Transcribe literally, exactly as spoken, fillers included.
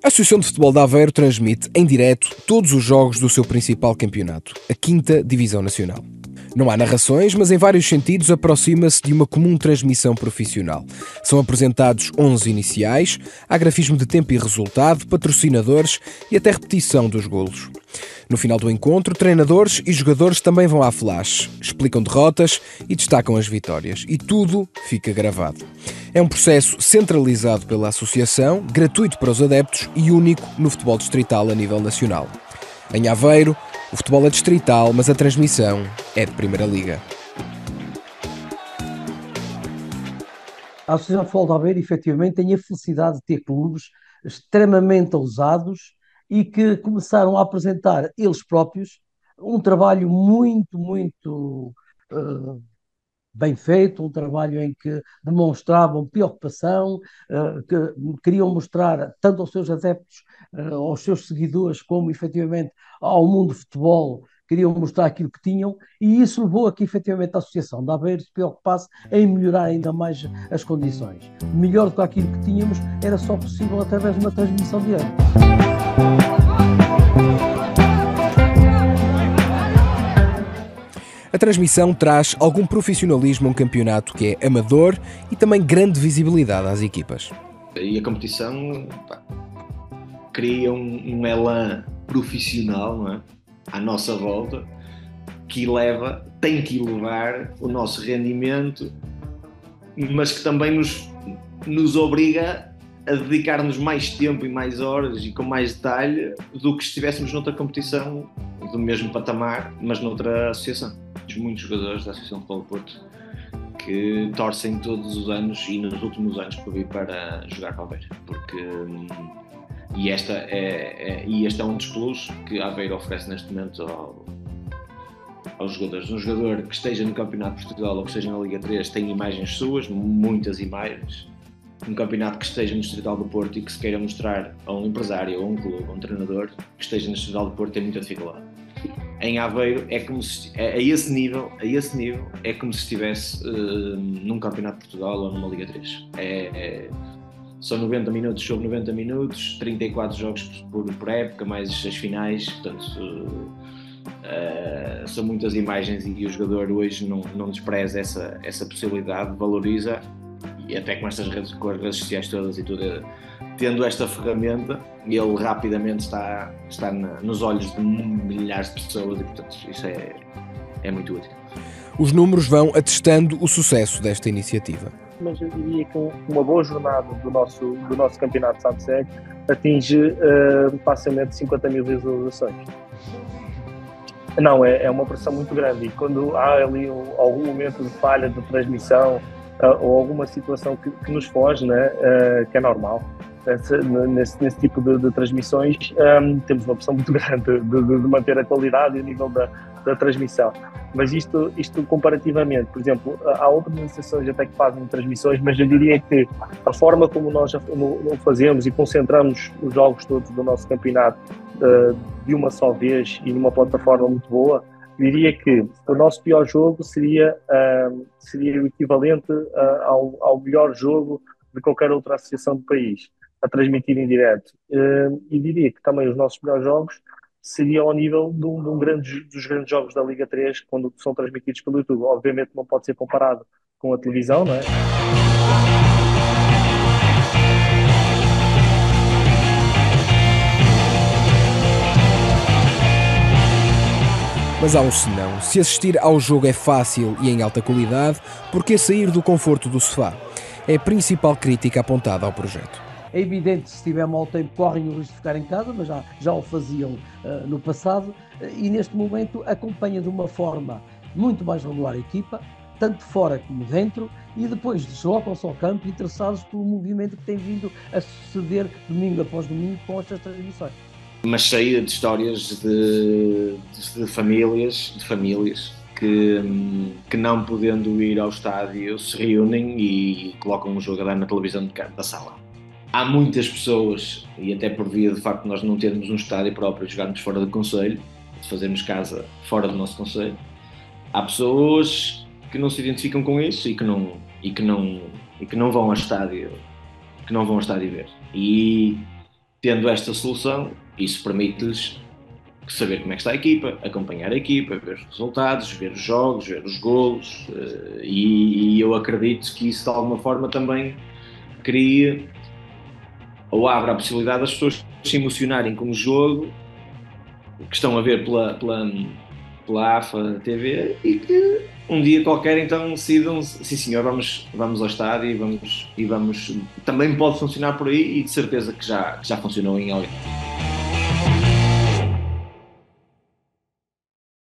A Associação de Futebol de Aveiro transmite em direto todos os jogos do seu principal campeonato, a quinta Divisão Nacional. Não há narrações, mas em vários sentidos aproxima-se de uma comum transmissão profissional. São apresentados onze iniciais, há grafismo de tempo e resultado, patrocinadores e até repetição dos golos. No final do encontro, treinadores e jogadores também vão à flash, explicam derrotas e destacam as vitórias. E tudo fica gravado. É um processo centralizado pela Associação, gratuito para os adeptos e único no futebol distrital a nível nacional. Em Aveiro, o futebol é distrital, mas a transmissão é de Primeira Liga. A Associação de Futebol de Aveiro, efetivamente, tem a felicidade de ter clubes extremamente ousados e que começaram a apresentar eles próprios um trabalho muito, muito uh, bem feito, um trabalho em que demonstravam preocupação, uh, que queriam mostrar tanto aos seus adeptos, uh, aos seus seguidores, como efetivamente ao mundo do futebol, queriam mostrar aquilo que tinham, e isso levou a que efetivamente a Associação de Aveiro se preocupasse em melhorar ainda mais as condições. Melhor do que aquilo que tínhamos era só possível através de uma transmissão direta. A transmissão traz algum profissionalismo a um campeonato que é amador e também grande visibilidade às equipas. E a competição pá, cria um, um elan profissional, não é? À nossa volta, que leva, tem que levar o nosso rendimento, mas que também nos, nos obriga a dedicar-nos mais tempo e mais horas e com mais detalhe do que se estivéssemos noutra competição do mesmo patamar, mas noutra associação. Muitos jogadores da Associação de Futebol do Porto que torcem todos os anos e nos últimos anos por vir para jogar para Aveiro, porque e, esta é, é, e este é um dos plus que a Aveiro oferece neste momento ao, aos jogadores. Um jogador que esteja no Campeonato de Portugal ou que esteja na Liga três tem imagens suas, muitas imagens. Um campeonato que esteja no Distrital do Porto e que se queira mostrar a um empresário, ou a um clube, a um treinador que esteja no Distrital do Porto tem muita dificuldade. Em Aveiro é como se, é, a esse nível, a esse nível é como se estivesse uh, num Campeonato de Portugal ou numa Liga três. É, é, são noventa minutos sobre noventa minutos, trinta e quatro jogos por, por época, mais as finais, portanto uh, uh, são muitas imagens e o jogador hoje não, não despreza essa, essa possibilidade, valoriza, e até com estas redes, com as redes sociais todas e tudo, tendo esta ferramenta, ele rapidamente está, está na, nos olhos de milhares de pessoas e, portanto, isso é, é muito útil. Os números vão atestando o sucesso desta iniciativa. Mas eu diria que uma boa jornada do nosso, do nosso campeonato de Samseg atinge uh, facilmente cinquenta mil visualizações. Não, é, é uma pressão muito grande, e quando há ali um, algum momento de falha de transmissão uh, ou alguma situação que, que nos foge, né, uh, que é normal, Nesse, nesse tipo de, de transmissões, um, temos uma pressão muito grande de, de, de manter a qualidade e o nível da, da transmissão. Mas isto, isto comparativamente, por exemplo, há outras associações até que fazem transmissões, mas eu diria que a forma como nós o fazemos e concentramos os jogos todos do nosso campeonato uh, de uma só vez e numa plataforma muito boa, diria que o nosso pior jogo seria, uh, seria o equivalente uh, ao, ao melhor jogo de qualquer outra associação do país a transmitir em direto. Uh, e diria que também os nossos melhores jogos seriam ao nível de um, de um grande, dos grandes jogos da Liga três, quando são transmitidos pelo YouTube. Obviamente não pode ser comparado com a televisão, não é? Mas há um senão. Se assistir ao jogo é fácil e em alta qualidade, por que sair do conforto do sofá? É a principal crítica apontada ao projeto. É evidente que se tiver mau tempo correm o risco de ficar em casa, mas já, já o faziam uh, no passado, uh, e neste momento acompanha de uma forma muito mais regular a equipa, tanto fora como dentro, e depois deslocam-se ao campo interessados pelo movimento que tem vindo a suceder domingo após domingo com estas transmissões. Uma cheia de histórias de, de, de famílias, de famílias que, que não podendo ir ao estádio se reúnem e colocam um jogo a dar na televisão de da sala. Há muitas pessoas, e até por via de facto nós não termos um estádio próprio, jogarmos fora do concelho, de fazermos casa fora do nosso concelho, há pessoas que não se identificam com isso e que não, e que não, e que não vão ao estádio, que não vão ao estádio ver. E tendo esta solução, isso permite-lhes saber como é que está a equipa, acompanhar a equipa, ver os resultados, ver os jogos, ver os golos, e, e eu acredito que isso de alguma forma também cria ou abre a possibilidade das pessoas se emocionarem com o jogo que estão a ver pela, pela, pela A F A T V e que um dia qualquer então decidam, sim senhor, vamos, vamos ao estádio e vamos, e vamos, também pode funcionar por aí, e de certeza que já, que já funcionou em alguém.